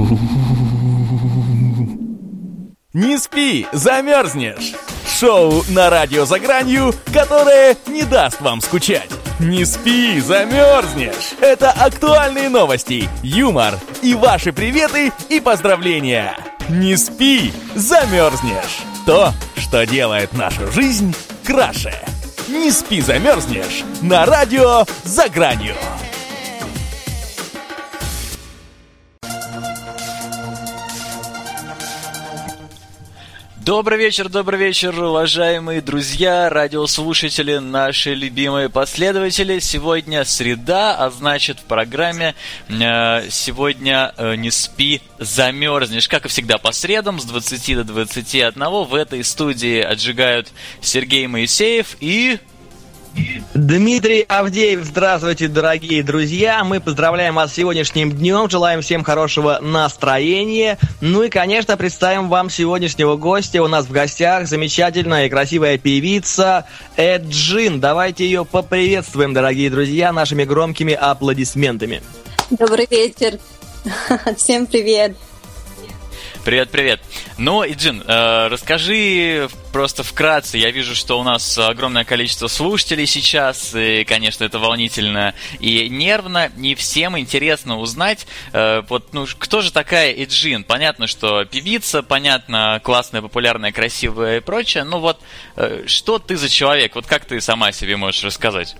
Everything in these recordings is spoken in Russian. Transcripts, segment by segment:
Не спи, замерзнешь! Шоу на радио «За гранью», которое не даст вам скучать. Не спи, замерзнешь! Это актуальные новости, юмор и ваши приветы и поздравления. Не спи, замерзнешь! То, что делает нашу жизнь краше. Не спи, замерзнешь! На радио «За гранью». Добрый вечер, уважаемые друзья, радиослушатели, наши любимые последователи. Сегодня среда, а значит в программе сегодня «Не спи, замерзнешь». Как и всегда по средам с 20 до 21 в этой студии отжигают Сергей Моисеев и... Дмитрий Авдеев. Здравствуйте, дорогие друзья. Мы поздравляем вас с сегодняшним днем, желаем всем хорошего настроения. Ну и, конечно, представим вам сегодняшнего гостя. У нас в гостях замечательная и красивая певица Эджин. Давайте ее поприветствуем, дорогие друзья, нашими громкими аплодисментами. Добрый вечер. Всем привет. Привет. Ну, Эджин, расскажи просто вкратце. Я вижу, что у нас огромное количество слушателей сейчас, и, конечно, это волнительно и нервно. И всем интересно узнать, кто же такая Эджин? Понятно, что певица, понятно, классная, популярная, красивая и прочее. Но вот что ты за человек? Вот как ты сама себе можешь рассказать?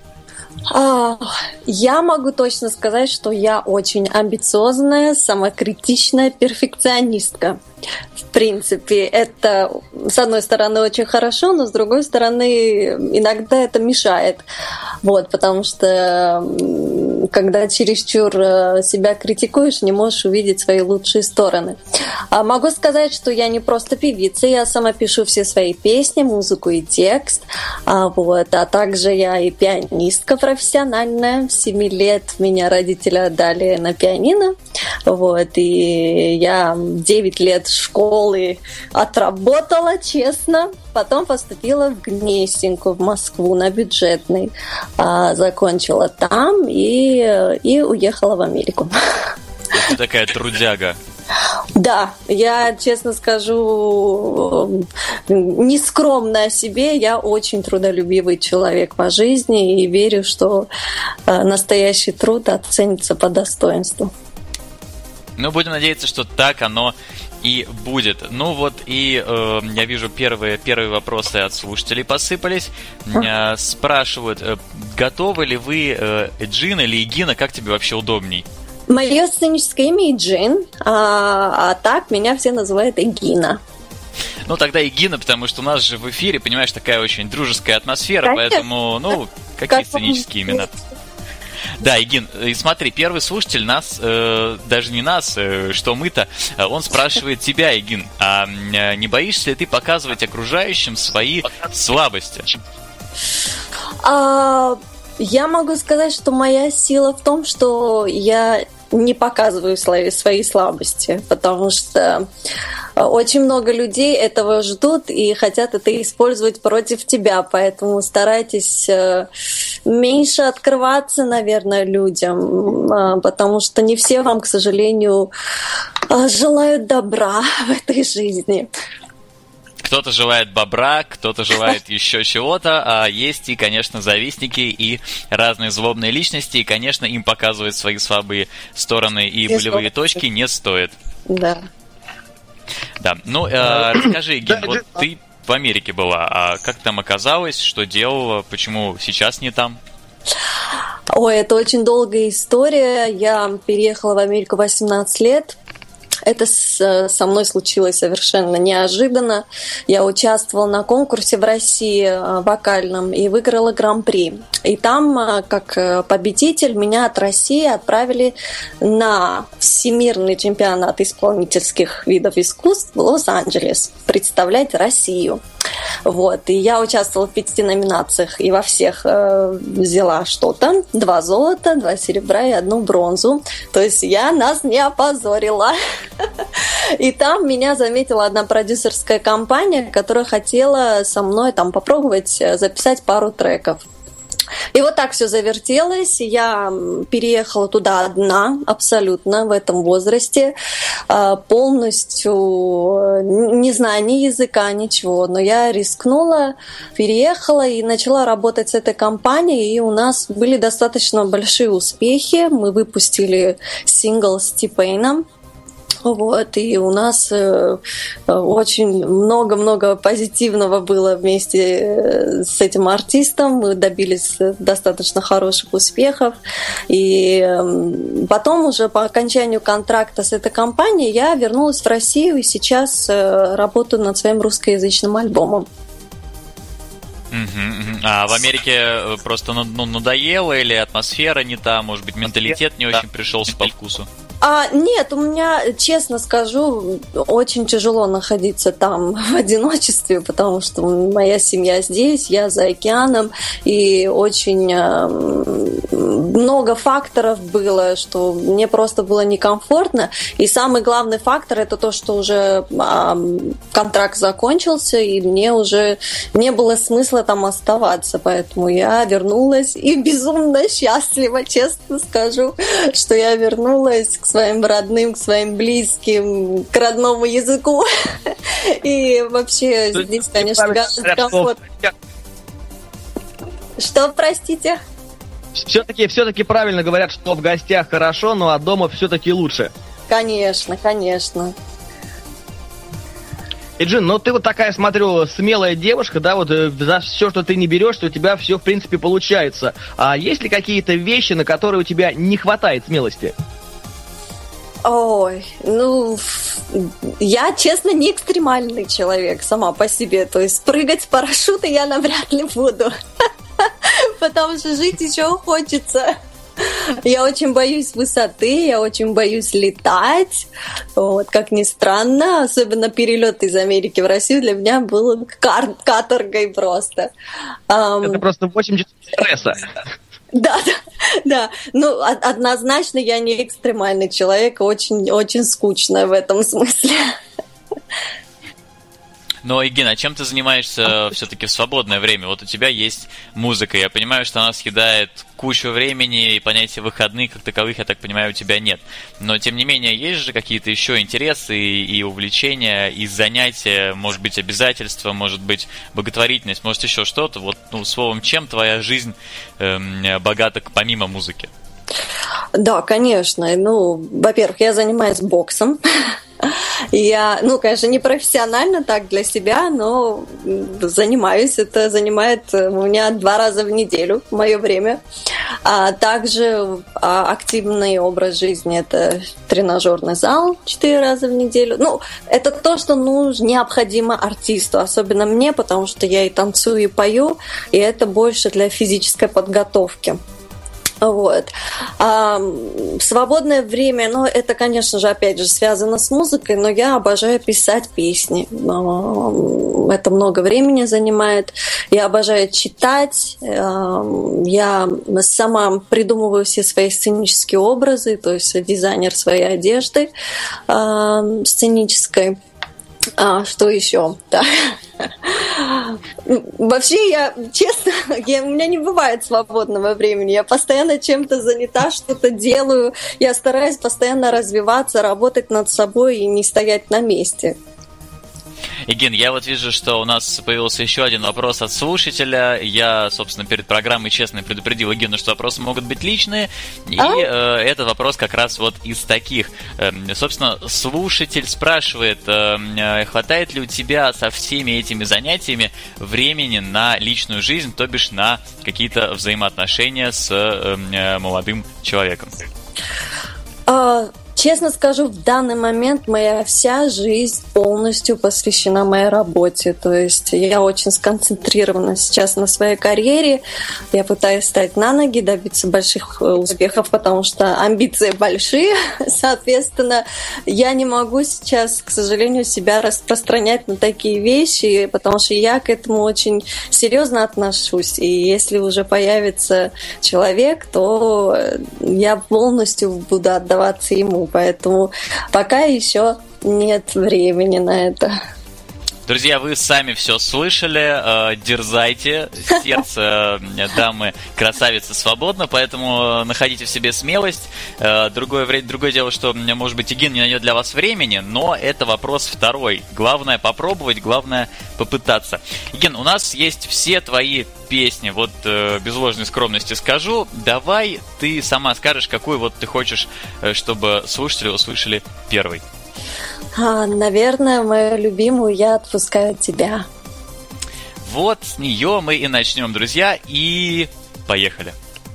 Я могу точно сказать, что я очень амбициозная, самокритичная перфекционистка. В принципе, это, с одной стороны, очень хорошо, но с другой стороны, иногда это мешает. Потому что, когда чересчур себя критикуешь, не можешь увидеть свои лучшие стороны. Могу сказать, что я не просто певица, я сама пишу все свои песни, музыку и текст. А также я и пианистка профессиональная. С 7 лет меня родители отдали на пианино. И я 9 лет школы отработала, честно. Потом поступила в Гнесинку, в Москву, на бюджетный. Закончила там и уехала в Америку. Ты такая трудяга. Да, я, честно скажу, нескромно о себе, я очень трудолюбивый человек по жизни и верю, что настоящий труд оценится по достоинству. Ну, будем надеяться, что так оно и будет. Я вижу, первые вопросы от слушателей посыпались. Спрашивают, готовы ли вы Эджин или Эгина, как тебе вообще удобней? Мое сценическое имя Эджин, а так меня все называют Эгина. Ну, тогда Эгина, потому что у нас же в эфире, понимаешь, такая очень дружеская атмосфера, конечно. Поэтому, какие сценические имена? Да, Эгин, и смотри, первый слушатель нас, даже не нас, что мы-то, он спрашивает тебя, Эгин, а не боишься ли ты показывать окружающим свои слабости? Я могу сказать, что моя сила в том, что я не показываю свои слабости, потому что очень много людей этого ждут и хотят это использовать против тебя, поэтому старайтесь меньше открываться, наверное, людям, потому что не все вам, к сожалению, желают добра в этой жизни. Кто-то желает бобра, кто-то желает еще чего-то, а есть и, конечно, завистники и разные злобные личности, и, конечно, им показывать свои слабые стороны и болевые точки не стоит. Да. Да, расскажи, Эгин, вот ты в Америке была, а как там оказалось, что делала, почему сейчас не там? Это очень долгая история. Я переехала в Америку в 18 лет. Это со мной случилось совершенно неожиданно. Я участвовала на конкурсе в России вокальном и выиграла гран-при. И там, как победитель, меня от России отправили на Всемирный чемпионат исполнительских видов искусств в Лос-Анджелес представлять Россию. И я участвовала в 5 номинациях и во всех взяла что-то. 2 золота, 2 серебра и 1 бронзу. То есть я нас не опозорила. И там меня заметила одна продюсерская компания, которая хотела со мной попробовать записать пару треков. И вот так все завертелось. Я переехала туда одна, абсолютно, в этом возрасте. Полностью не зная ни языка, ничего. Но я рискнула, переехала и начала работать с этой компанией. И у нас были достаточно большие успехи. Мы выпустили сингл с T-Pain. Вот, и у нас очень много-много позитивного было вместе с этим артистом. Мы добились достаточно хороших успехов. И потом уже по окончанию контракта с этой компанией я вернулась в Россию и сейчас работаю над своим русскоязычным альбомом. А в Америке просто надоело или атмосфера не та, может быть, менталитет не очень пришелся по вкусу? Нет, у меня, честно скажу, очень тяжело находиться там в одиночестве, потому что моя семья здесь, я за океаном, и очень много факторов было, что мне просто было некомфортно. И самый главный фактор — это то, что уже контракт закончился, и мне уже не было смысла там оставаться, поэтому я вернулась и безумно счастлива, честно скажу, что я вернулась к своим родным, к своим близким, к родному языку. И вообще здесь, конечно, комфорт. Что, простите? Все-таки правильно говорят, что в гостях хорошо, но а дома все-таки лучше. Конечно, конечно. И, Джин, ну ты вот такая, смотрю, смелая девушка, да, вот за все, что ты не берешь, то у тебя все, в принципе, получается. А есть ли какие-то вещи, на которые у тебя не хватает смелости? Ой, я, честно, не экстремальный человек сама по себе. То есть прыгать с парашюта я навряд ли буду. Потому что жить еще хочется. Я очень боюсь высоты, я очень боюсь летать. Вот, как ни странно, особенно перелет из Америки в Россию для меня был каторгой просто. Это просто 8 часов стресса. Да. Ну, однозначно я не экстремальный человек, очень скучно в этом смысле. Но, Егина, чем ты занимаешься все-таки в свободное время? Вот у тебя есть музыка, я понимаю, что она съедает кучу времени, и понятия выходных как таковых, я так понимаю, у тебя нет. Но, тем не менее, есть же какие-то еще интересы и увлечения, и занятия, может быть, обязательства, может быть, благотворительность, может, еще что-то. Вот, словом, чем твоя жизнь богата помимо музыки? Да, конечно. Во-первых, я занимаюсь боксом. Я, конечно, не профессионально так для себя, но занимаюсь. Это занимает у меня 2 раза в неделю мое время. А также активный образ жизни — это тренажерный зал 4 раза в неделю. Это то, что необходимо артисту, особенно мне, потому что я и танцую, и пою, и это больше для физической подготовки. Вот. Свободное время, это, конечно же, опять же, связано с музыкой, но я обожаю писать песни. Это много времени занимает. Я обожаю читать. Я сама придумываю все свои сценические образы, то есть дизайнер своей одежды сценической. Что еще? Да. Вообще, честно, у меня не бывает свободного времени. Я постоянно чем-то занята, что-то делаю. Я стараюсь постоянно развиваться, работать над собой и не стоять на месте. Егин, я вот вижу, что у нас появился еще один вопрос от слушателя. Я, собственно, перед программой честно предупредил Егину, что вопросы могут быть личные. И этот вопрос как раз вот из таких. Собственно, слушатель спрашивает, хватает ли у тебя со всеми этими занятиями времени на личную жизнь, то бишь на какие-то взаимоотношения с молодым человеком? Честно скажу, в данный момент моя вся жизнь полностью посвящена моей работе. То есть я очень сконцентрирована сейчас на своей карьере. Я пытаюсь встать на ноги, добиться больших успехов, потому что амбиции большие. Соответственно, я не могу сейчас, к сожалению, себя распространять на такие вещи, потому что я к этому очень серьезно отношусь. И если уже появится человек, то я полностью буду отдаваться ему. Поэтому пока еще нет времени на это. Друзья, вы сами все слышали, дерзайте, сердце дамы красавицы свободно, поэтому находите в себе смелость. Другое дело, что, может быть, Эгин не найдет для вас времени, но это вопрос второй. Главное попробовать, главное попытаться. Эгин, у нас есть все твои песни, вот без ложной скромности скажу, давай ты сама скажешь, какую вот ты хочешь, чтобы слушатели услышали первой. Наверное, мою любимую «Я отпускаю тебя». Вот с нее мы и начнем, друзья, и поехали.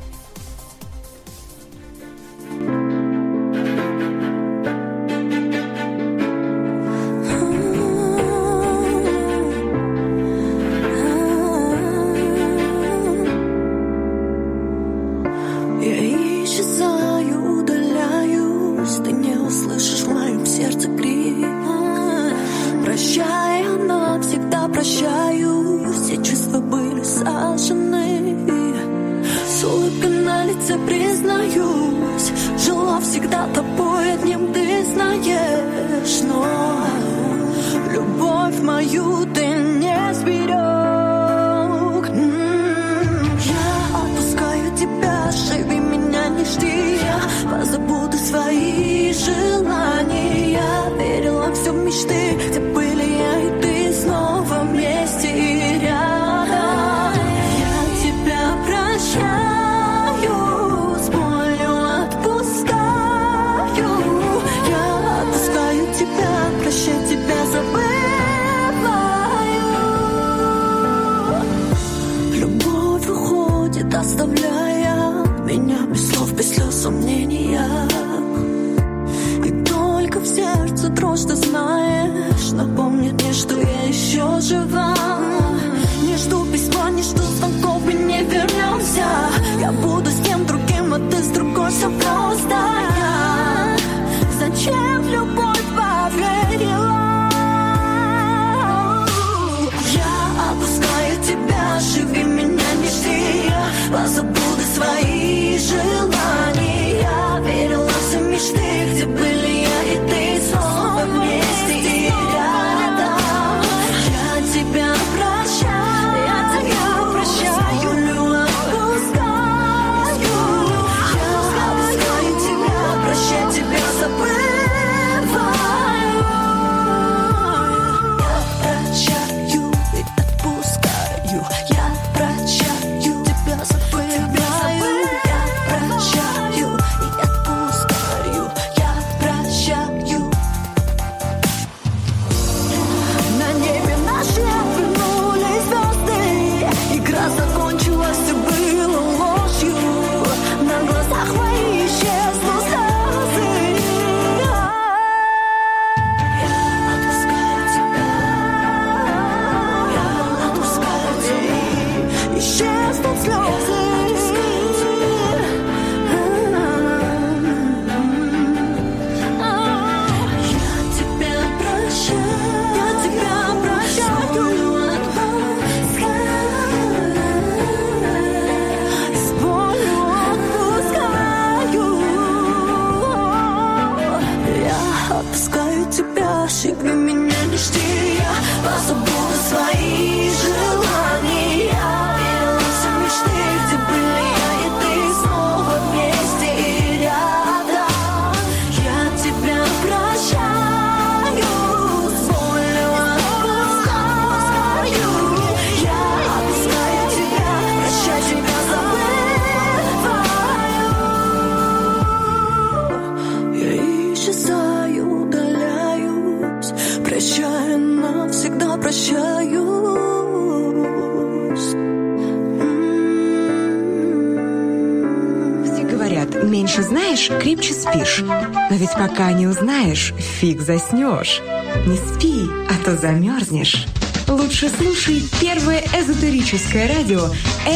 Меньше знаешь, крепче спишь. Но ведь пока не узнаешь, фиг заснешь. Не спи, а то замерзнешь. Лучше слушай первое эзотерическое радио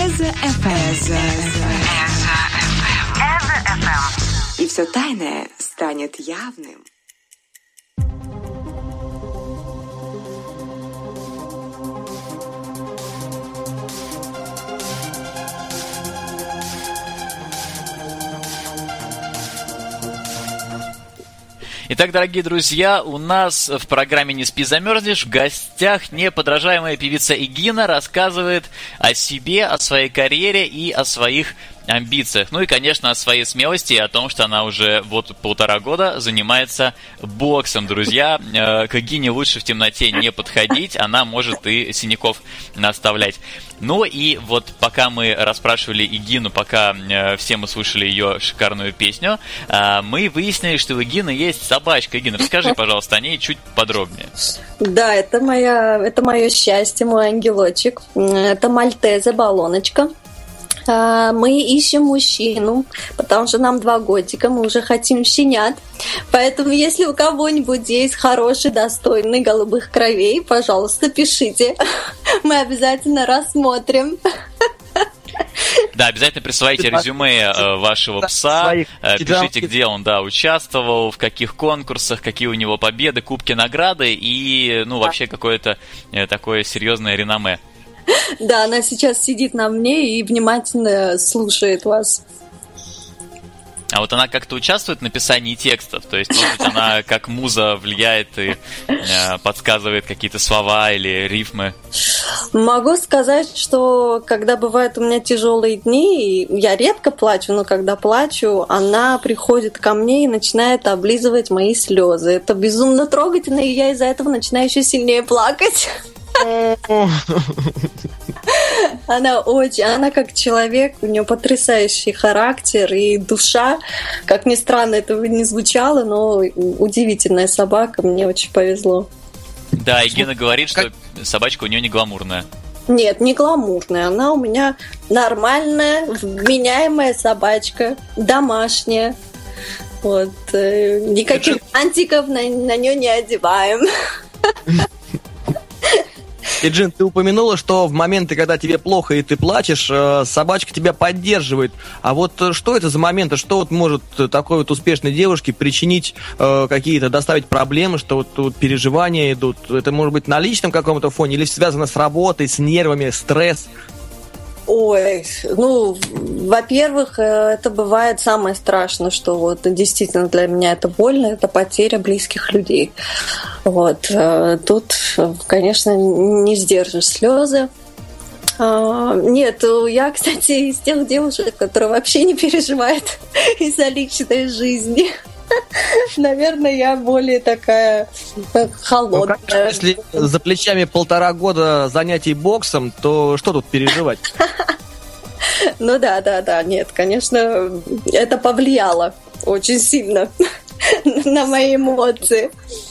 Эзо-ФМ. И все тайное станет явным. Итак, дорогие друзья, у нас в программе «Не спи, замерзнешь» в гостях неподражаемая певица Эгина рассказывает о себе, о своей карьере и о своих амбициях. Ну и, конечно, о своей смелости и о том, что она уже вот 1,5 года занимается боксом, друзья. К Эгине лучше в темноте не подходить, она может и синяков наставлять. Ну и вот пока мы расспрашивали Эгину, пока все мы слушали ее шикарную песню, мы выяснили, что у Эгины есть собачка. Эгина, расскажи, пожалуйста, о ней чуть подробнее. Да, это мое счастье, мой ангелочек. Это Мальтеза, Баллоночка. Мы ищем мужчину, потому что нам 2 годика, мы уже хотим щенят. Поэтому, если у кого-нибудь есть хороший, достойный голубых кровей, пожалуйста, пишите. Мы обязательно рассмотрим. Да, обязательно присылайте резюме вашего пса, пишите, где он, участвовал, в каких конкурсах, какие у него победы, кубки, награды и, вообще какое-то такое серьезное реноме. Да, она сейчас сидит на мне и внимательно слушает вас. А вот она как-то участвует в написании текстов? То есть, может быть, она как муза влияет и подсказывает какие-то слова или рифмы? Могу сказать, что когда бывают у меня тяжелые дни, я редко плачу, но когда плачу, она приходит ко мне и начинает облизывать мои слезы. Это безумно трогательно, и я из-за этого начинаю еще сильнее плакать. Она как человек, у нее потрясающий характер и душа. Как ни странно, этого не звучало, но удивительная собака, мне очень повезло. Да, Эгина говорит, что собачка у нее не гламурная. Нет, не гламурная, она у меня нормальная, вменяемая собачка, домашняя. Вот, никаких антиков на нее не одеваем. И, Джин, ты упомянула, что в моменты, когда тебе плохо и ты плачешь, собачка тебя поддерживает. А вот что это за моменты? Что вот может такой вот успешной девушке причинить какие-то, доставить проблемы, что вот тут переживания идут? Это может быть на личном каком-то фоне или связано с работой, с нервами, стресс? Ой, во-первых, это бывает самое страшное, что вот действительно для меня это больно, это потеря близких людей. Вот, тут, конечно, не сдержишь слезы. Нет, я, кстати, из тех девушек, которые вообще не переживают из-за личной жизни. Наверное, я более такая холодная. Ну, если за плечами 1,5 года занятий боксом, то что тут переживать? Ну да, нет, конечно, это повлияло очень сильно на мои эмоции.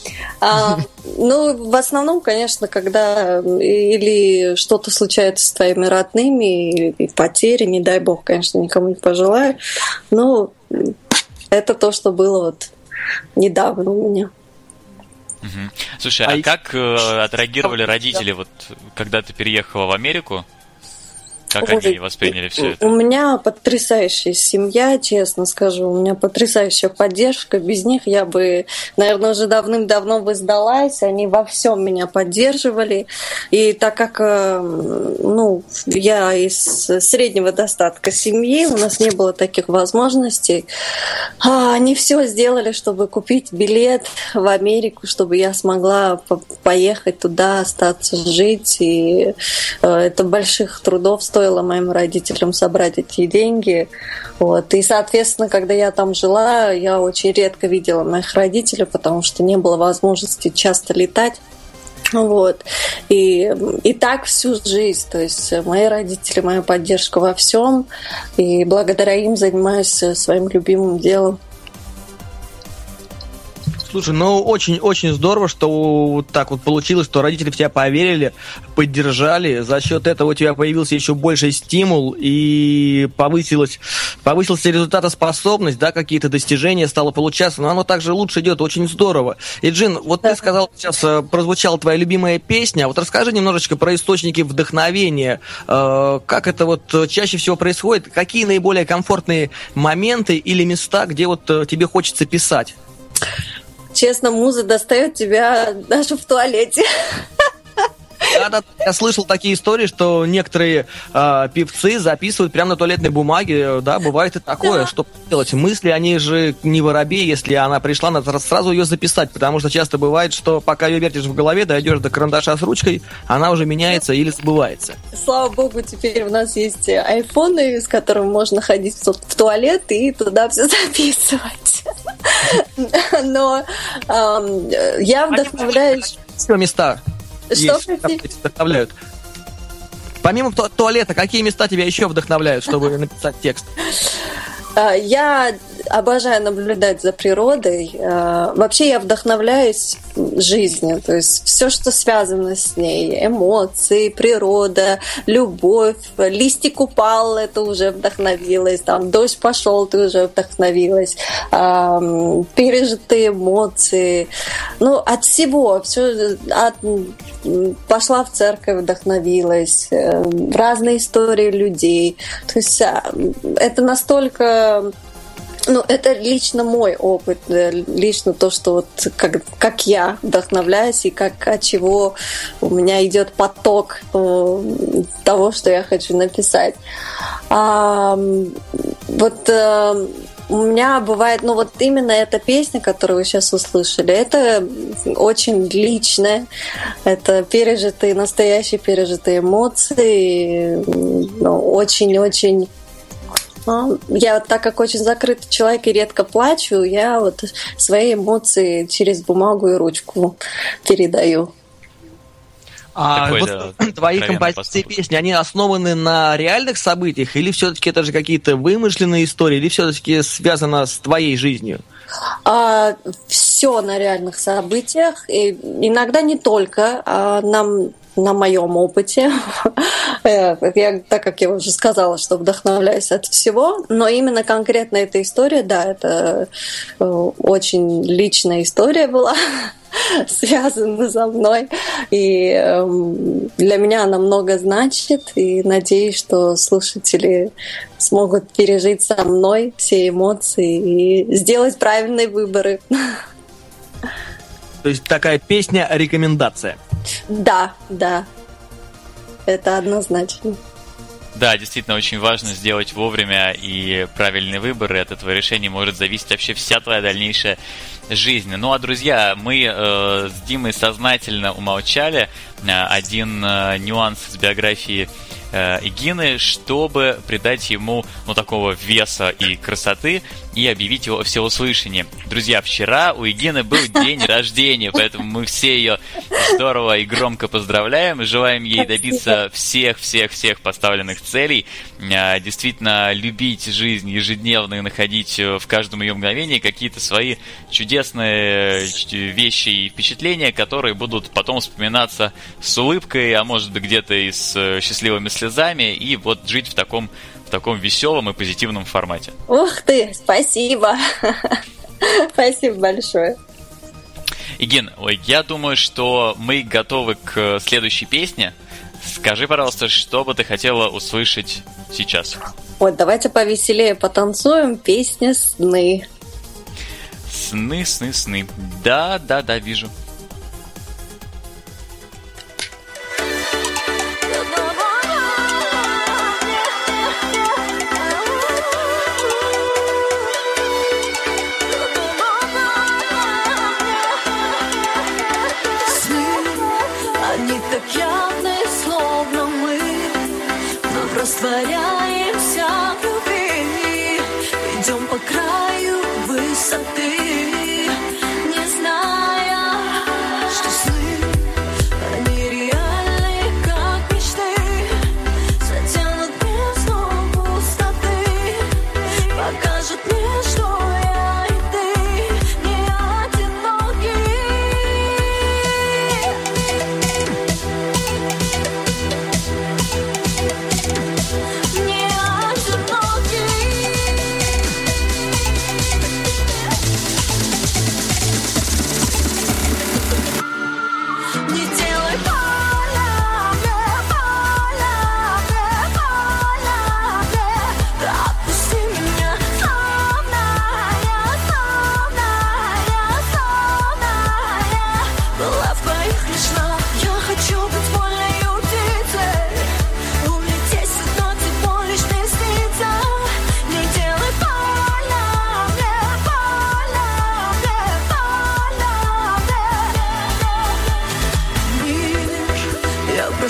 В основном, конечно, когда или что-то случается с твоими родными, или потери, не дай бог, конечно, никому не пожелаю, но это то, что было вот недавно у меня. Слушай, а как отреагировали родители, вот когда ты переехала в Америку? Как они восприняли все это? У меня потрясающая семья, честно скажу. У меня потрясающая поддержка. Без них я бы, наверное, уже давным-давно бы сдалась. Они во всем меня поддерживали. И так как я из среднего достатка семьи, у нас не было таких возможностей. Они все сделали, чтобы купить билет в Америку, чтобы я смогла поехать туда, остаться жить. И это больших трудов стоило моим родителям собрать эти деньги. Вот. И, соответственно, когда я там жила, я очень редко видела моих родителей, потому что не было возможности часто летать. Вот. И так всю жизнь. То есть мои родители, моя поддержка во всем. И благодаря им занимаюсь своим любимым делом. Слушай, очень-очень здорово, что вот так вот получилось, что родители в тебя поверили, поддержали. За счет этого у тебя появился еще больший стимул и повысился результатоспособность, да, какие-то достижения стало получаться, но оно также лучше идет, очень здорово. И, Джин, вот ты сказал, сейчас прозвучала твоя любимая песня, а вот расскажи немножечко про источники вдохновения. Как это вот чаще всего происходит? Какие наиболее комфортные моменты или места, где вот тебе хочется писать? Честно, муза достает тебя даже в туалете. Да, я слышал такие истории, что некоторые певцы записывают прямо на туалетной бумаге, да, бывает и такое, да. Что делать? Мысли, они же не воробей, если она пришла, надо сразу ее записать, потому что часто бывает, что пока ее вертишь в голове, дойдешь до карандаша с ручкой, она уже меняется или забывается. Слава богу, теперь у нас есть айфоны, с которыми можно ходить в туалет и туда все записывать. Но я вдохновляюсь... Места есть, вдохновляют. Помимо туалета, какие места тебя еще вдохновляют, чтобы написать текст? Я обожаю наблюдать за природой. Вообще я вдохновляюсь жизнью. То есть все, что связано с ней. Эмоции, природа, любовь. Листик упал, это уже вдохновилась. Там дождь пошел, ты уже вдохновилась. Пережитые эмоции. Ну, от всего. Все, пошла в церковь, вдохновилась. Разные истории людей. То есть это настолько... Ну, это лично мой опыт, лично то, что вот как я вдохновляюсь и от чего у меня идет поток того, что я хочу написать. У меня бывает, ну вот именно эта песня, которую вы сейчас услышали, это очень личное, это настоящие пережитые эмоции, ну, очень-очень... Я так как очень закрытый человек и редко плачу, я вот свои эмоции через бумагу и ручку передаю. Твои композиции, песни, они основаны на реальных событиях или все-таки это же какие-то вымышленные истории, или все-таки связано с твоей жизнью? Все на реальных событиях, и иногда не только, на моем опыте. Так как я уже сказала, что вдохновляюсь от всего, но именно конкретно эта история, да, это очень личная история была, связана со мной, и для меня она много значит, и надеюсь, что слушатели смогут пережить со мной все эмоции и сделать правильные выборы. То есть такая песня-рекомендация. Да. Это однозначно. Да, действительно, очень важно сделать вовремя и правильный выбор, и от этого решения может зависеть вообще вся твоя дальнейшая жизнь. Ну а, друзья, мы с Димой сознательно умолчали один нюанс из биографии Эгины, чтобы придать ему такого веса и красоты и объявить его всеуслышание. Друзья, вчера у Эгины был день рождения, поэтому мы все ее здорово и громко поздравляем и желаем ей добиться всех поставленных целей, действительно любить жизнь ежедневно и находить в каждом ее мгновении какие-то свои чудесные вещи и впечатления, которые будут потом вспоминаться с улыбкой, а может быть где-то и с счастливыми слезами, и вот жить в таком веселом и позитивном формате. Ух ты, спасибо! Спасибо большое. Эгин, я думаю, что мы готовы к следующей песне. Скажи, пожалуйста, что бы ты хотела услышать сейчас? Вот, давайте повеселее потанцуем. Песня «Сны». Сны. Да, вижу. Растворяемся в любви, идем по краю высоты, не зная, что сны, они реальны, как мечты, затянут бездну пустоты, покажут мне, что я и ты не одиноки.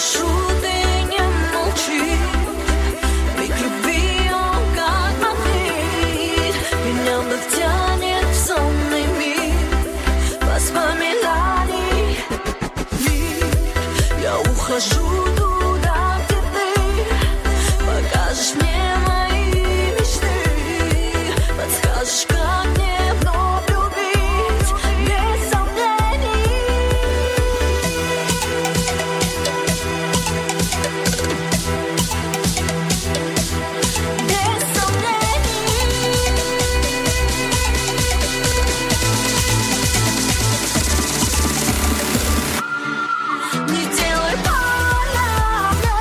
прошу, ты не молчи. Миг любви, он как магнит, меня вновь тянет в сонный мир воспоминаний. Я ухожу туда, где ты покажешь мне мои мечты, подскажешь, как мне вновь любить без сомнений. Без сомнений. Не делай больно мне,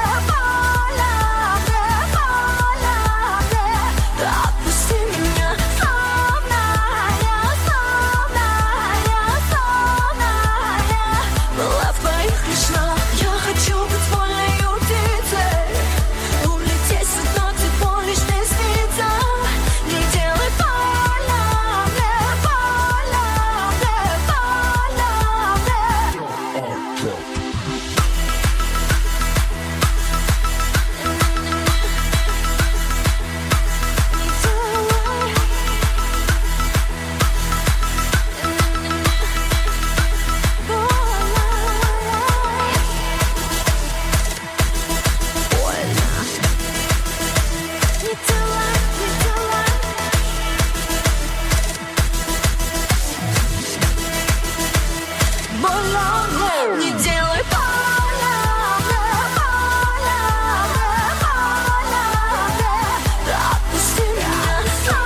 отпусти меня, я была в твоих лишь снах. Я хочу быть вольной птицей, улететь с одной цепой, лишь не снится. Не делай больно мне, не делай больно мне, отпусти меня,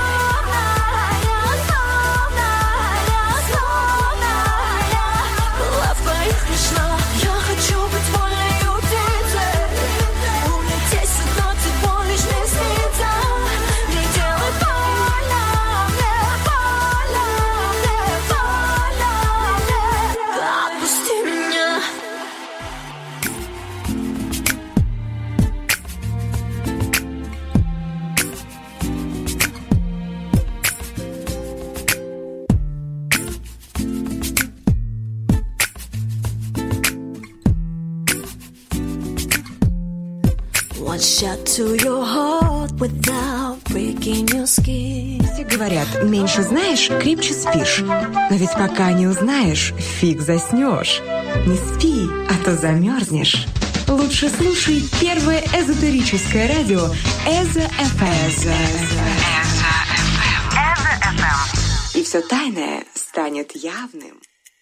была в твоих лишь снах. Я хочу быть вольной птицей, улететь с одной цепой, лишь не снится. Не делай больно мне, отпусти меня. One shot to your heart without breaking your skin. Все говорят, меньше знаешь, крепче спишь. Но ведь пока не узнаешь, фиг заснешь. Не спи, а то замерзнешь. Лучше слушай первое эзотерическое радио Эзо-ФМ. И все тайное станет явным.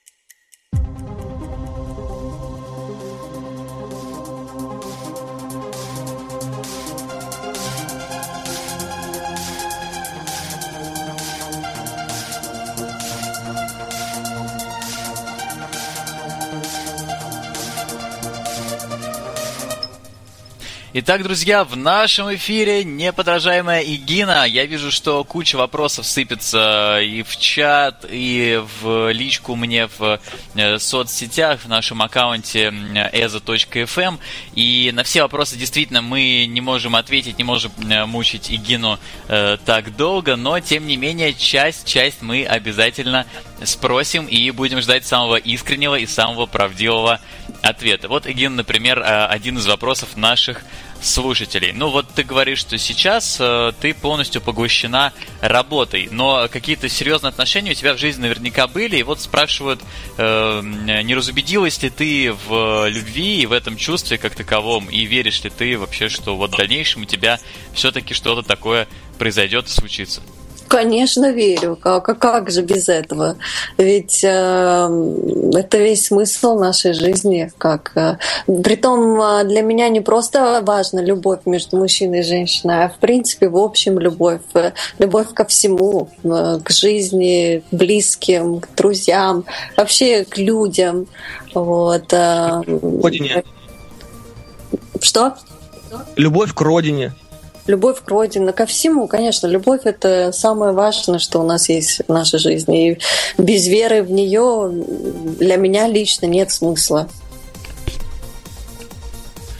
Итак, друзья, в нашем эфире неподражаемая Игина. Я вижу, что куча вопросов сыпется и в чат, и в личку мне в соцсетях, в нашем аккаунте ezo.fm. И на все вопросы действительно мы не можем ответить, не можем мучить Игину так долго, но, тем не менее, часть мы обязательно спросим и будем ждать самого искреннего и самого правдивого ответа. Вот, Игин, например, один из вопросов наших слушателей. Ну вот ты говоришь, что сейчас ты полностью поглощена работой, но какие-то серьезные отношения у тебя в жизни наверняка были, и вот спрашивают, не разубедилась ли ты в любви и в этом чувстве как таковом, и веришь ли ты вообще, что вот в дальнейшем у тебя все-таки что-то такое произойдет и случится? Конечно, верю. Как же без этого? Ведь это весь смысл нашей жизни. Притом для меня не просто важна любовь между мужчиной и женщиной, а в принципе в общем любовь. Любовь ко всему, к жизни, к близким, к друзьям, вообще к людям. Вот. Родине. Что? Любовь к родине. Любовь к родине, ко всему, конечно. Любовь — это самое важное, что у нас есть в нашей жизни. И без веры в нее для меня лично нет смысла.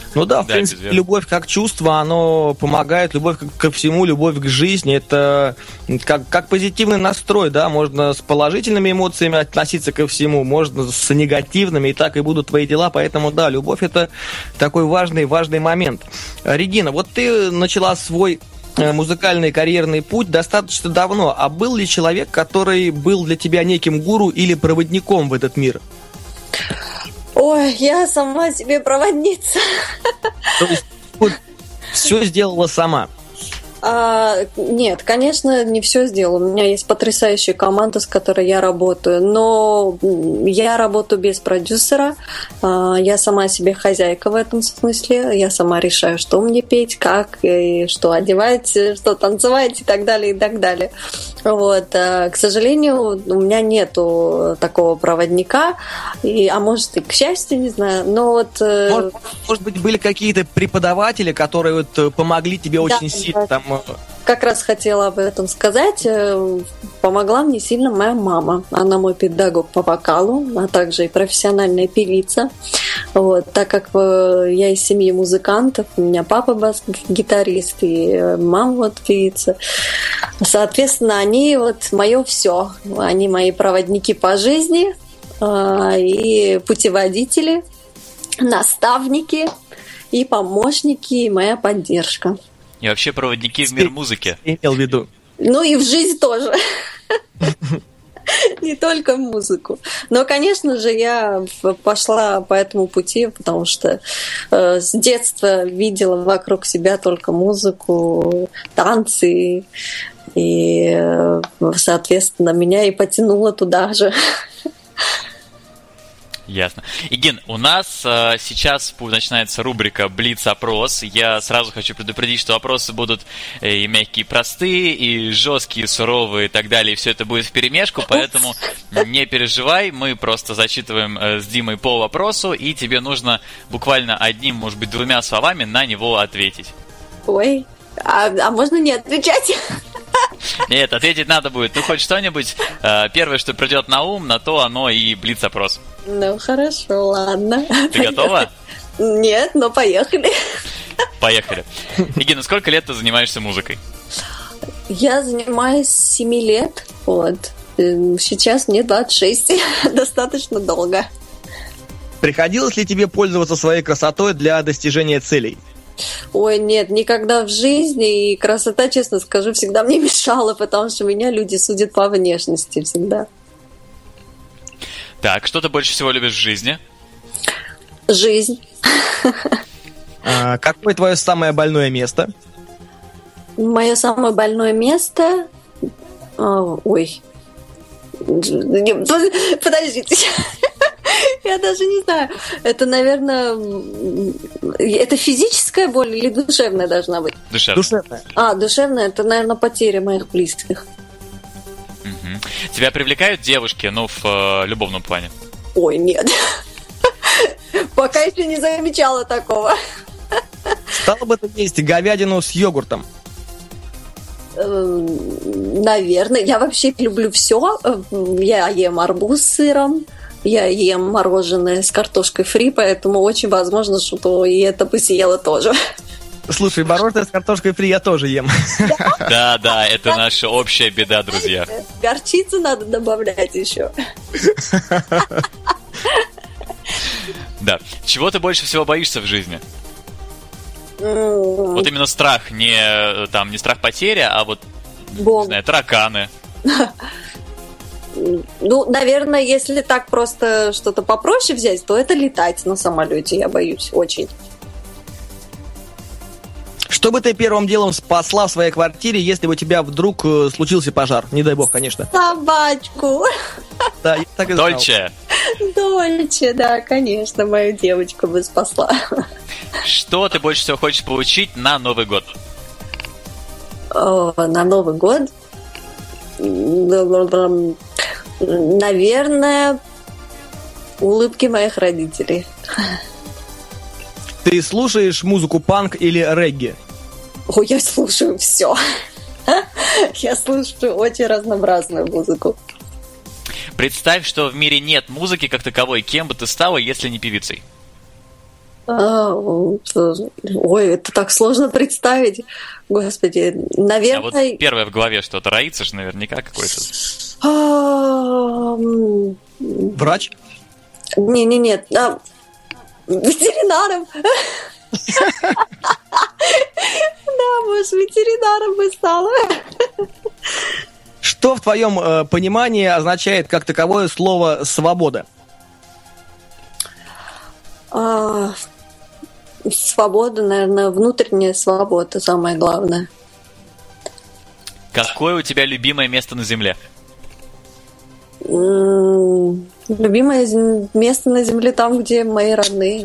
Ну да, в Да, принципе, безверно. любовь как чувство, оно помогает, любовь ко всему, любовь к жизни, это как позитивный настрой, да, можно с положительными эмоциями относиться ко всему, можно с негативными, и так и будут твои дела, поэтому да, любовь это такой важный момент. Регина, вот ты начала свой музыкальный карьерный путь достаточно давно, а был ли человек, который был для тебя неким гуру или проводником в этот мир? Ой, я сама себе проводница. То есть вот все сделала сама. Нет, конечно, не все сделала. У меня есть потрясающая команда, с которой я работаю, но я работаю без продюсера. Я сама себе хозяйка в этом смысле. Я сама решаю, что мне петь, как, и что одевать, что танцевать и так далее, и так далее. Вот. К сожалению, у меня нету такого проводника, а может и к счастью, не знаю. Но вот... Может быть, были какие-то преподаватели, которые вот помогли тебе очень сильно там... Как раз хотела об этом сказать. Помогла мне сильно моя мама. Она мой педагог по вокалу, а также и профессиональная певица. Вот. Так как я из семьи музыкантов, у меня папа бас-гитарист и мама вот певица. Соответственно, они вот мое все. Они мои проводники по жизни и путеводители, наставники и помощники, и моя поддержка. И вообще проводники в мир музыки. Имел в виду. Ну и в жизнь тоже. Не только в музыку. Но, конечно же, я пошла по этому пути, потому что с детства видела вокруг себя только музыку, танцы. И, соответственно, меня и потянуло туда же. Ясно. Игин, у нас сейчас начинается рубрика «Блиц-опрос». Я сразу хочу предупредить, что вопросы будут и мягкие, и простые, и жесткие, и суровые, и так далее. И все это будет вперемешку, поэтому не переживай. Мы просто зачитываем с Димой по вопросу, и тебе нужно буквально одним, может быть, двумя словами на него ответить. Ой, а можно не отвечать? Нет, ответить надо будет. Ну, хоть что-нибудь. Первое, что придет на ум, на то оно и блиц-опрос. Ну, хорошо, ладно. Ты готова? Нет, но поехали. Поехали. Игина, сколько лет ты занимаешься музыкой? Я занимаюсь 7 лет. Вот. Сейчас мне 26. Достаточно долго. Приходилось ли тебе пользоваться своей красотой для достижения целей? Ой, нет, никогда в жизни. И красота, честно скажу, всегда мне мешала, потому что меня люди судят по внешности всегда. Так, что ты больше всего любишь в жизни? Жизнь. Какое твое самое больное место? Мое самое больное место... Ой. Подождите. Я даже не знаю. Это, наверное... Это физическая боль или душевная должна быть? Душевная. Душевная. Это, наверное, потеря моих близких. Угу. Тебя привлекают девушки, ну, в любовном плане? Ой, нет. Пока еще не замечала такого. Стало бы ты есть говядину с йогуртом? Наверное. Я вообще люблю все. Я ем арбуз с сыром. Я ем мороженое с картошкой фри, поэтому очень возможно, что и это бы съела тоже. Слушай, мороженое с картошкой фри я тоже ем. Да, это наша общая беда, друзья. Горчицу надо добавлять еще. Да. Чего ты больше всего боишься в жизни? Вот именно страх, не страх потери, а вот, не знаю, тараканы. Ну, наверное, если так просто что-то попроще взять, то это летать на самолете, я боюсь, очень. Что бы ты первым делом спасла в своей квартире, если бы у тебя вдруг случился пожар? Не дай бог, конечно. Собачку. Да, я так и знал. Дольче, да, конечно, мою девочку бы спасла. Что ты больше всего хочешь получить на Новый год? На Новый год? Наверное, улыбки моих родителей. Ты слушаешь музыку панк или регги? Ой, я слушаю все. Я слушаю очень разнообразную музыку. Представь, что в мире нет музыки как таковой. Кем бы ты стала, если не певицей? Ой, это так сложно представить. Господи, наверное... А вот первое в голове что-то роится же наверняка какой-то. Врач? Нет. Ветеринаром. Да, может, ветеринаром бы стала. Что в твоем понимании означает как таковое слово «свобода»? Свобода, наверное, внутренняя свобода, самое главное. Какое у тебя любимое место на Земле? Любимое место на Земле там, где мои родные.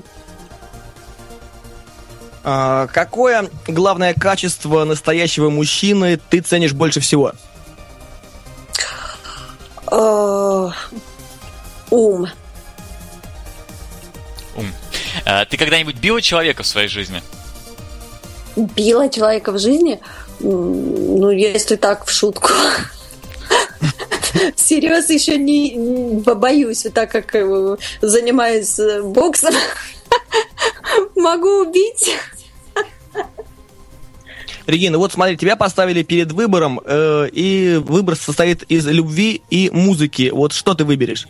Какое главное качество настоящего мужчины ты ценишь больше всего? Ум. Ты когда-нибудь била человека в своей жизни? Била человека в жизни? Ну, если так, в шутку. Всерьез еще не боюсь, так как занимаюсь боксом. Могу убить. Регина, вот смотри, тебя поставили перед выбором, и выбор состоит из любви и музыки. Вот что ты выберешь?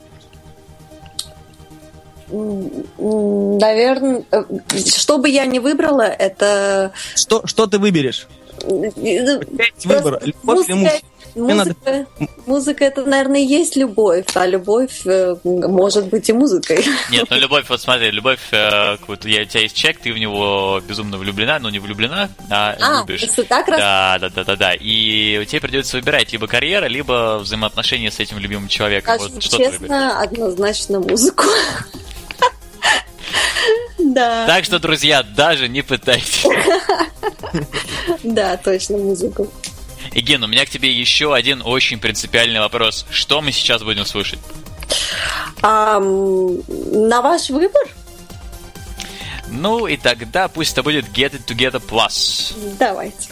Наверное, что бы я ни выбрала, это... Что ты выберешь? Выбор, любовь или музыка? Музыка, это, наверное, и есть любовь, а любовь может быть и музыкой. Нет, ну любовь, вот смотри, любовь, вот у тебя есть человек, ты в него безумно влюблена, но не влюблена, а любишь. Если так раз... Да. И тебе придется выбирать либо карьера, либо взаимоотношения с этим любимым человеком. Скажу вот, что честно, однозначно музыку. Да. Так что, друзья, даже не пытайтесь. Да, точно, музыку. Еген, у меня к тебе еще один очень принципиальный вопрос. Что мы сейчас будем слушать? На ваш выбор? Ну и тогда пусть это будет Get It Together Plus. Давайте.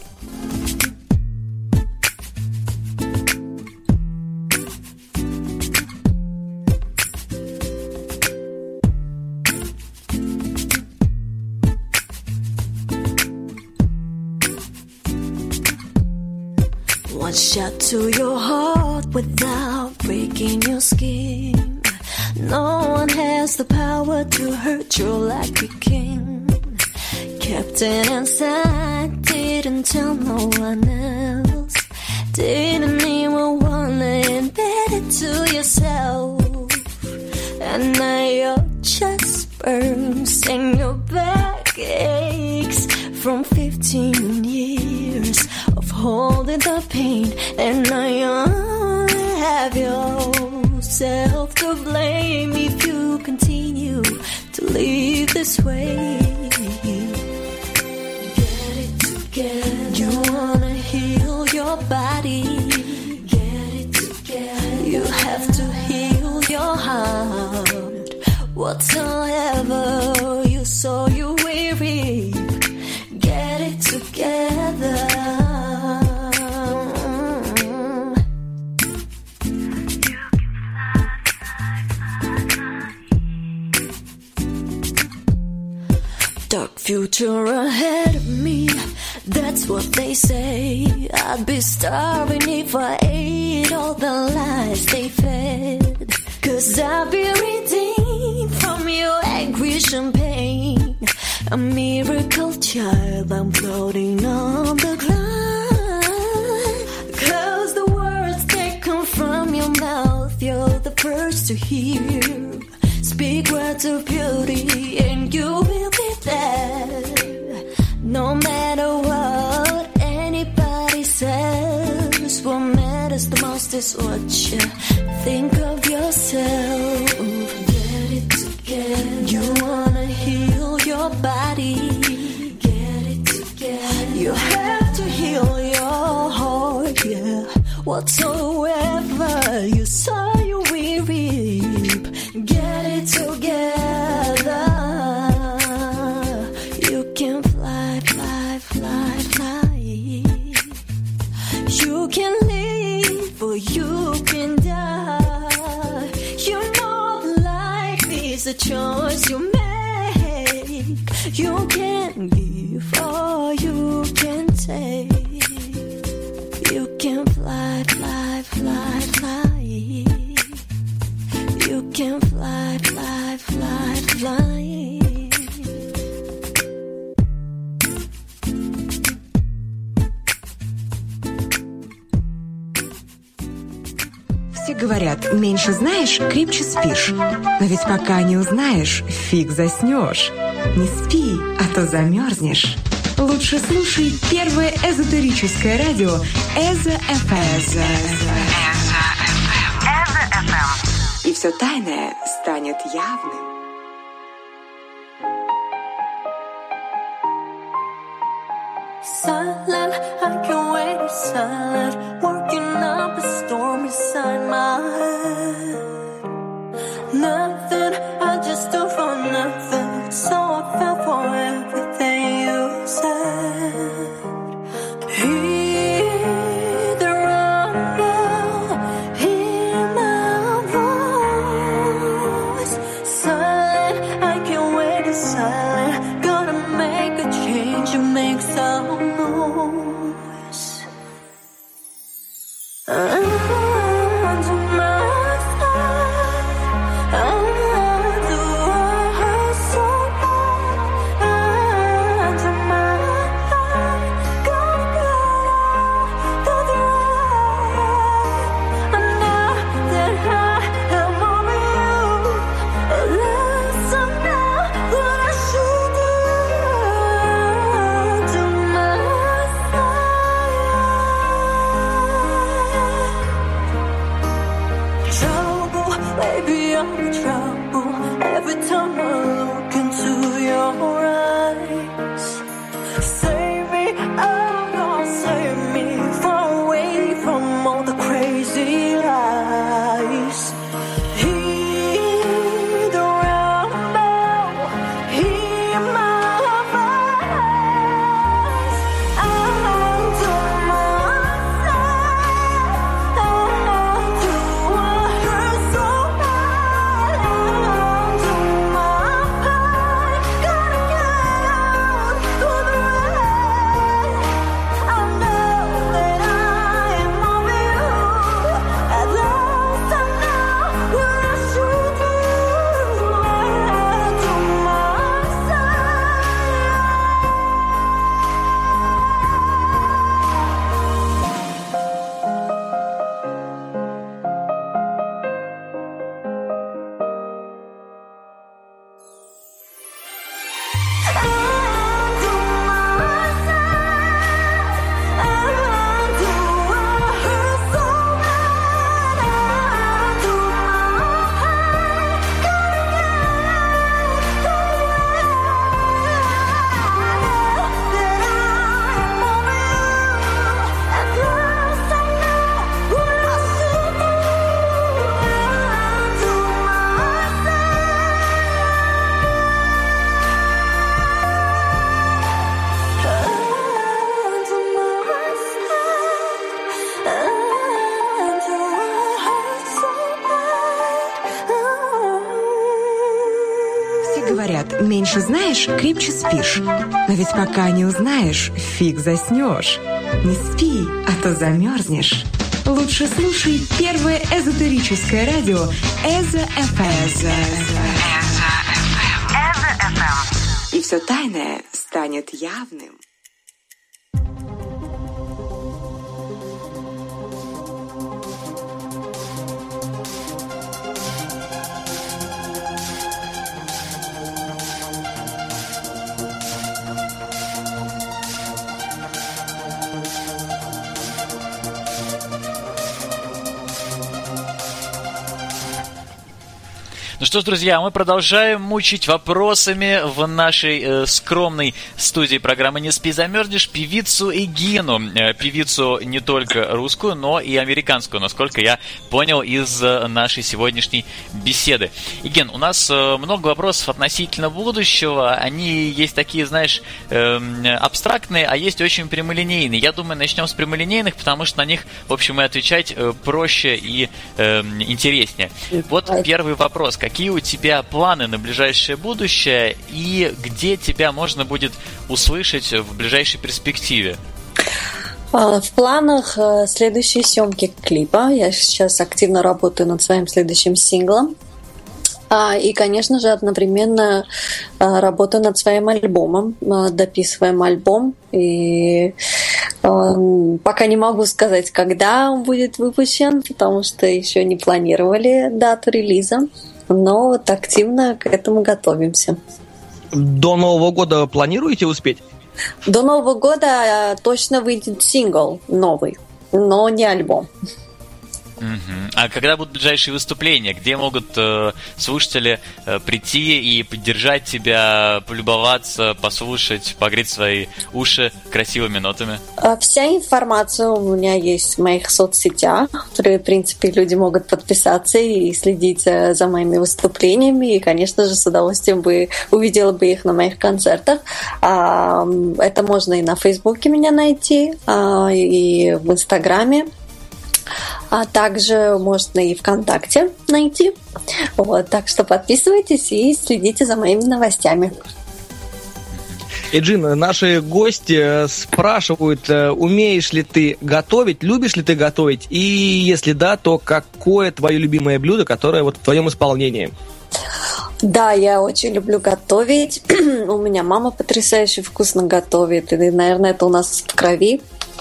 One shot to your heart without breaking your skin. No one has the power to hurt you like a king. Kept it inside, didn't tell no one else. Didn't even wanna embed it to yourself. And now your chest burns and your back aches from 15 years of holding the pain. And now you have yourself to blame if you continue to live this way. Get it together. You wanna heal your body. Get it together. You have to heal your heart. Whatsoever you sow, you will reap. Get it together. Dark future ahead of me, that's what they say. I'd be starving if I ate all the lies they fed. 'Cause I'll be redeemed from your anguish and pain. A miracle child, I'm floating on the ground. 'Cause the words that come from your mouth, you're the first to hear. Speak words of beauty and you will be there. No matter what anybody says, what matters the most is what you think of yourself. Get it together. You wanna heal your body. Get it together. You have to heal your heart, yeah. Whatsoever you sow, you will reap. Get it together. You can fly, fly, fly, fly. You can live or you can die. You know life is a choice you make. You can give or you can take. You can fly, fly, fly, fly. You can fly, fly, fly, fly. Все говорят, меньше знаешь, крепче спишь. Но ведь пока не узнаешь, фиг заснешь. Не спи, а то замерзнешь. Лучше слушай первое эзотерическое радио Эзо-ФМ. И все тайное станет явным. Silent, I can wait silent, working up a storm inside my head. Nothing, I just do for nothing, so I fell for everything you said. Hear the rumble, hear my voice. Silent, I can wait silent, gotta make a change and make some noise. Under my side, under her so under my eye, gotta go the right. And now that I am over you, listen now what I should do. Under my trouble, baby, I'm in trouble. Every time I look into your eyes, save me, oh God, save me, far away from all the crazy lies. Hear the rumble, hear my voice. Under my side, under her so under my eye, gotta go through the rain. I know that I am over you. At last I know what I should do. To my Все говорят, меньше знаешь, крепче спишь. Но ведь пока не узнаешь, фиг заснешь. Не спи, а то замерзнешь. Лучше слушай первое эзотерическое радио Эзо-ФМ. И все тайное станет явным. Ну что ж, друзья, мы продолжаем мучить вопросами в нашей скромной студии программы «Не спи, замерзнешь» певицу Эгину. Певицу не только русскую, но и американскую, насколько я понял из нашей сегодняшней беседы. Эген, у нас много вопросов относительно будущего. Они есть такие, знаешь, абстрактные, а есть очень прямолинейные. Я думаю, начнем с прямолинейных, потому что на них, в общем, и отвечать проще и интереснее. Вот первый вопрос. какие у тебя планы на ближайшее будущее и где тебя можно будет услышать в ближайшей перспективе? В планах следующие съемки клипа. Я сейчас активно работаю над своим следующим синглом. И, конечно же, одновременно работаю над своим альбомом, дописываем альбом. И пока не могу сказать, когда он будет выпущен, потому что еще не планировали дату релиза. Но вот активно к этому готовимся. До Нового года планируете успеть? До Нового года точно выйдет сингл новый, но не альбом. А когда будут ближайшие выступления? Где могут слушатели прийти и поддержать тебя, полюбоваться, послушать, погреть свои уши красивыми нотами? Вся информация у меня есть в моих соцсетях. В принципе, люди могут подписаться и следить за моими выступлениями. И, конечно же, с удовольствием бы увидела бы их на моих концертах. Это можно и на Фейсбуке меня найти, и в Инстаграме. А также можно и ВКонтакте найти. Вот, так что подписывайтесь и следите за моими новостями. Эджин, наши гости спрашивают, умеешь ли ты готовить, любишь ли ты готовить, и если да, то какое твое любимое блюдо, которое вот в твоем исполнении? Да, я очень люблю готовить. У меня мама потрясающе вкусно готовит, и, наверное, это у нас в крови.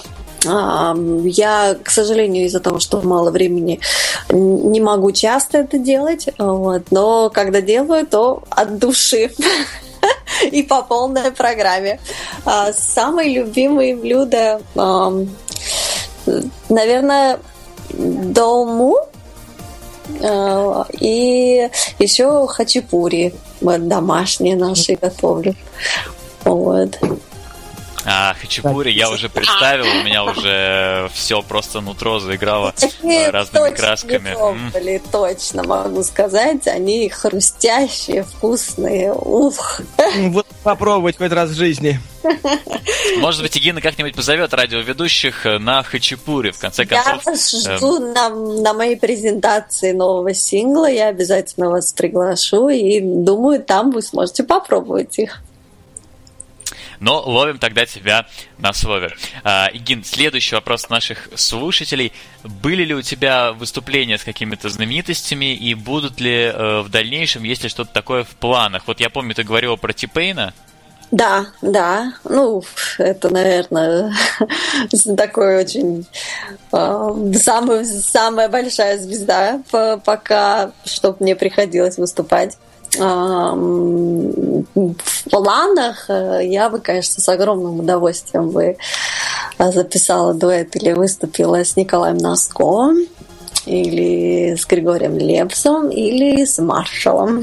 Я, к сожалению, из-за того, что мало времени, не могу часто это делать, вот, но когда делаю, то от души и по полной программе. Самые любимые блюда, наверное, долму и еще хачапури домашние наши готовлю. Вот. Хачапури я уже представил, у меня уже все просто нутро заиграло разными красками. Точно могу сказать, они хрустящие, вкусные. Ух! Вот попробовать хоть раз в жизни. Может быть, Игина как-нибудь позовет радиоведущих на хачапури, в конце концов. Я вас жду на моей презентации нового сингла, я обязательно вас приглашу, и думаю, там вы сможете попробовать их. Но ловим тогда тебя на слове. Игин, следующий вопрос наших слушателей. Были ли у тебя выступления с какими-то знаменитостями и будут ли в дальнейшем, если что-то такое в планах? Вот я помню, ты говорила про Ти-Пейна. Да. Ну, это, наверное, такой очень самая большая звезда пока, чтобы мне приходилось выступать. В планах я бы, конечно, с огромным удовольствием бы записала дуэт или выступила с Николаем Носковым, или с Григорием Лепсом, или с Маршалом.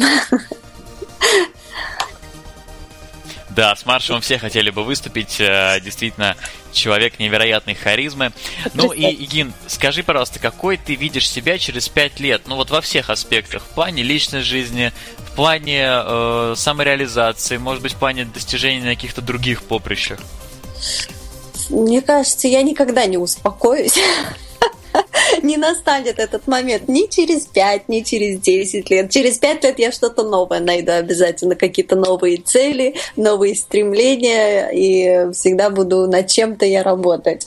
Да, с Маршалом все хотели бы выступить. Действительно, человек невероятной харизмы. Ну и, Игин, скажи, пожалуйста, какой ты видишь себя через 5 лет? Ну вот во всех аспектах. В плане личной жизни, в плане самореализации, может быть, в плане достижения на каких-то других поприщах. Мне кажется, я никогда не успокоюсь. Не настанет этот момент ни через 5, ни через 10 лет. Через 5 лет я что-то новое найду обязательно, какие-то новые цели, новые стремления, и всегда буду над чем-то я работать.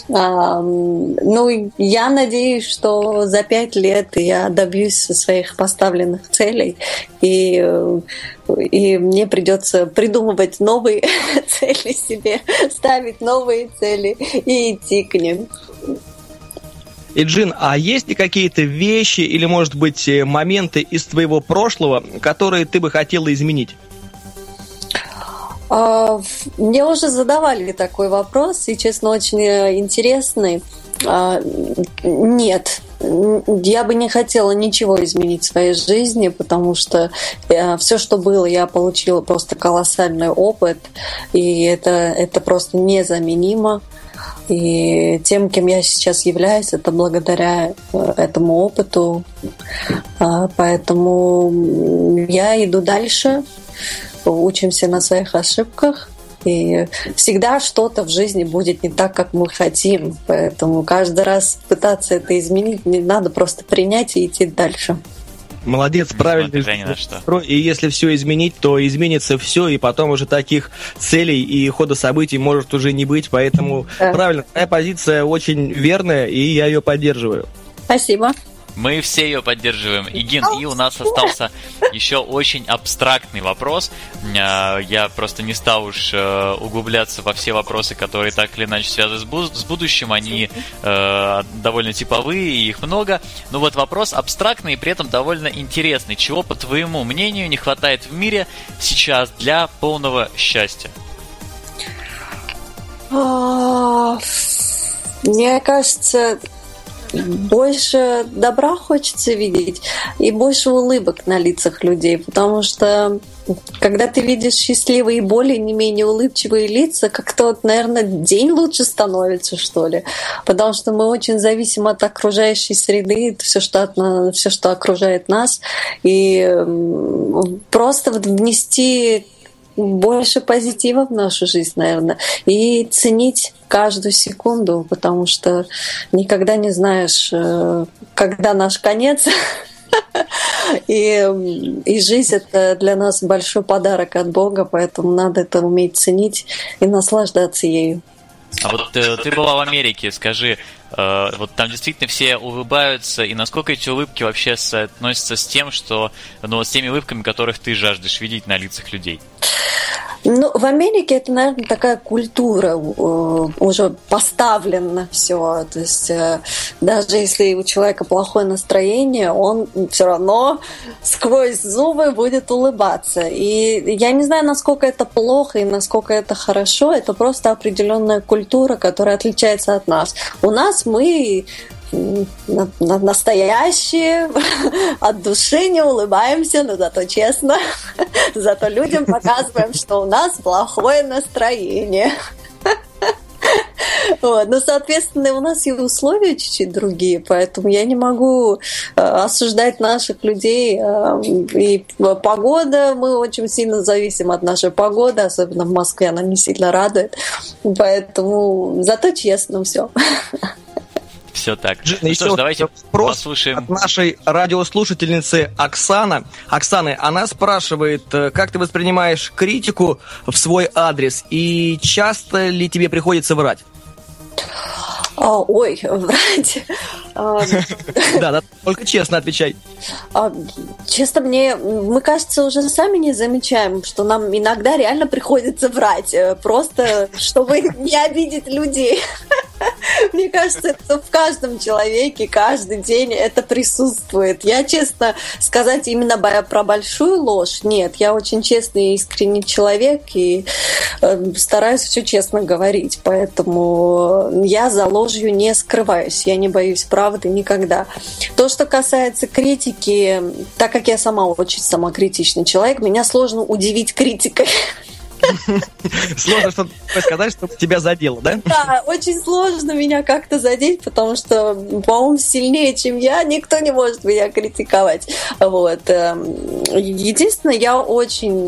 Ну, я надеюсь, что за 5 лет я добьюсь своих поставленных целей, и мне придется придумывать новые цели себе, ставить новые цели и идти к ним. Эджин, а есть ли какие-то вещи или, может быть, моменты из твоего прошлого, которые ты бы хотела изменить? Мне уже задавали такой вопрос, и, честно, очень интересный. Нет, я бы не хотела ничего изменить в своей жизни, потому что все, что было, я получила просто колоссальный опыт, и это просто незаменимо. И тем, кем я сейчас являюсь, это благодаря этому опыту. Поэтому я иду дальше, учимся на своих ошибках. И всегда что-то в жизни будет не так, как мы хотим. Поэтому каждый раз пытаться это изменить не надо, просто принять и идти дальше. Молодец, правильно. Несмотря ни на что. И если все изменить, то изменится все, и потом уже таких целей и хода событий может уже не быть. Поэтому правильно, твоя позиция очень верная, и я ее поддерживаю. Спасибо. Мы все ее поддерживаем. Игин, и у нас остался еще очень абстрактный вопрос. Я просто не стал уж углубляться во все вопросы, которые так или иначе связаны с будущим. Они довольно типовые, и их много. Но вот вопрос абстрактный и при этом довольно интересный. Чего, по твоему мнению, не хватает в мире сейчас для полного счастья? Мне кажется, больше добра хочется видеть и больше улыбок на лицах людей, потому что когда ты видишь счастливые и более не менее улыбчивые лица, как-то вот, наверное, день лучше становится, что ли, потому что мы очень зависим от окружающей среды, все, что окружает нас, и просто вот внести больше позитива в нашу жизнь, наверное, и ценить каждую секунду, потому что никогда не знаешь, когда наш конец. И жизнь — это для нас большой подарок от Бога, поэтому надо это уметь ценить и наслаждаться ею. А вот ты была в Америке, скажи, вот там действительно все улыбаются, и насколько эти улыбки вообще соотносятся с тем, что, с теми улыбками, которых ты жаждешь видеть на лицах людей? В Америке это, наверное, такая культура, уже поставлена все. То есть даже если у человека плохое настроение, он все равно сквозь зубы будет улыбаться. И я не знаю, насколько это плохо и насколько это хорошо. Это просто определенная культура, которая отличается от нас. У нас мы настоящие, от души не улыбаемся, но зато честно, зато людям показываем, что у нас плохое настроение. Вот. Но, соответственно, у нас и условия чуть-чуть другие, поэтому я не могу осуждать наших людей. И погода, мы очень сильно зависим от нашей погоды, особенно в Москве, она не сильно радует. Поэтому зато честно все. Все так. Ну что ж, давайте послушаем. От нашей радиослушательницы Оксаны. Оксана, она спрашивает, как ты воспринимаешь критику в свой адрес и часто ли тебе приходится врать? Ой, врать. Да, только честно отвечай. Честно, мы, кажется, уже сами не замечаем, что нам иногда реально приходится врать, просто чтобы не обидеть людей. Мне кажется, это в каждом человеке, каждый день это присутствует. Я, честно сказать, именно про большую ложь, нет. Я очень честный и искренний человек и стараюсь все честно говорить. Поэтому я за ложью не скрываюсь. Я не боюсь правды никогда. То, что касается критики, так как я сама очень самокритичный человек, меня сложно удивить критикой. Сложно что-то сказать, чтобы тебя задело, да? Да, очень сложно меня как-то задеть, потому что, по-моему, сильнее, чем я, никто не может меня критиковать. Вот. Единственное, я очень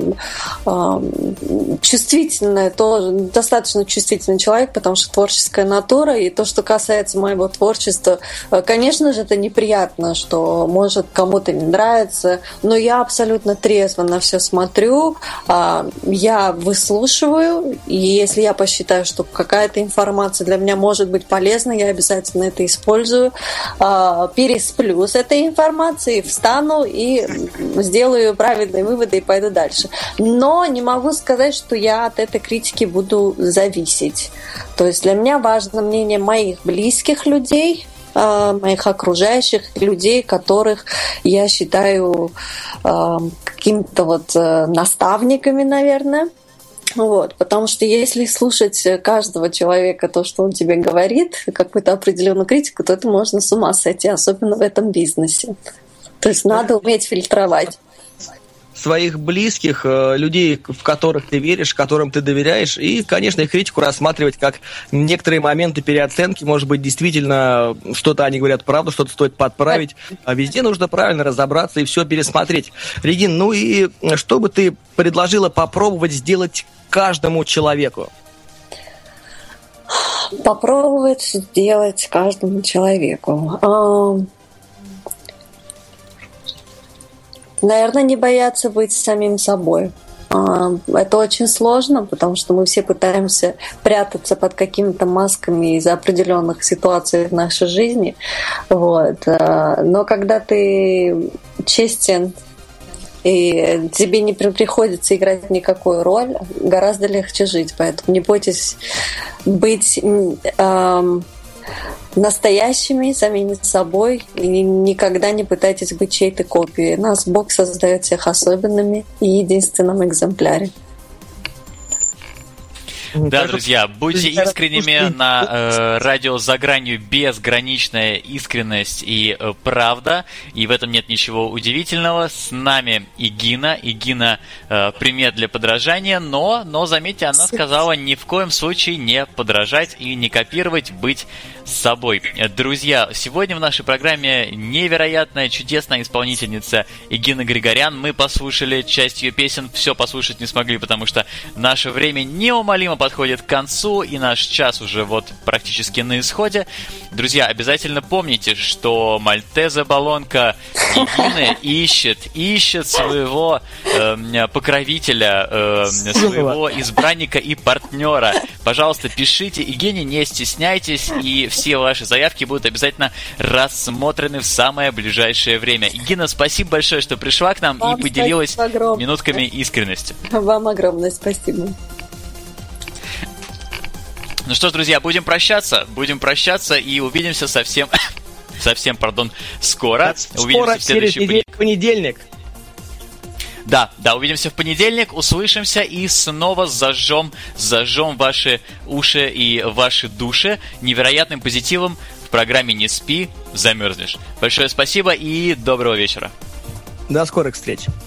чувствительная, тоже достаточно чувствительный человек, потому что творческая натура, и то, что касается моего творчества, конечно же, это неприятно, что может кому-то не нравится, но я абсолютно трезво на все смотрю, я выслушиваю, и если я посчитаю, что какая-то информация для меня может быть полезна, я обязательно это использую, пересплю с этой информацией, встану и сделаю правильные выводы и пойду дальше. Но не могу сказать, что я от этой критики буду зависеть. То есть для меня важно мнение моих близких людей, моих окружающих людей, которых я считаю какими-то вот наставниками, наверное. Вот, потому что если слушать каждого человека то, что он тебе говорит, какую-то определенную критику, то это можно с ума сойти, особенно в этом бизнесе. То есть надо уметь фильтровать своих близких, людей, в которых ты веришь, которым ты доверяешь, и, конечно, их критику рассматривать как некоторые моменты переоценки, может быть, действительно, что-то они говорят правду, что-то стоит подправить, а везде нужно правильно разобраться и все пересмотреть. Регин, ну и что бы ты предложила попробовать сделать каждому человеку? Попробовать сделать каждому человеку. Наверное, не бояться быть самим собой. Это очень сложно, потому что мы все пытаемся прятаться под какими-то масками из-за определенных ситуаций в нашей жизни. Вот. Но когда ты честен и тебе не приходится играть никакую роль, гораздо легче жить. Поэтому не бойтесь быть настоящими, самими собой, и никогда не пытайтесь быть чьей-то копией. Нас Бог создает всех особенными и единственном экземпляре. Да, друзья, будьте искренними на радио «За гранью», безграничная искренность и правда, и в этом нет ничего удивительного. С нами Игина. Игина пример для подражания, но, заметьте, она сказала ни в коем случае не подражать и не копировать, быть собой. Друзья, сегодня в нашей программе невероятная, чудесная исполнительница Игина Григорян. Мы послушали часть ее песен, все послушать не смогли, потому что наше время неумолимо подходит к концу, и наш час уже вот практически на исходе. Друзья, обязательно помните, что Мальтеза Баллонка Игины ищет своего покровителя, своего избранника и партнера. Пожалуйста, пишите Игине, не стесняйтесь, и все ваши заявки будут обязательно рассмотрены в самое ближайшее время. Игина, спасибо большое, что пришла к нам и поделилась минутками искренности. Вам огромное спасибо. Ну что ж, друзья, будем прощаться и увидимся совсем, скоро. Увидимся в следующий понедельник. Да, увидимся в понедельник, услышимся и снова зажжем ваши уши и ваши души невероятным позитивом в программе «Не спи, замерзнешь». Большое спасибо и доброго вечера. До скорых встреч.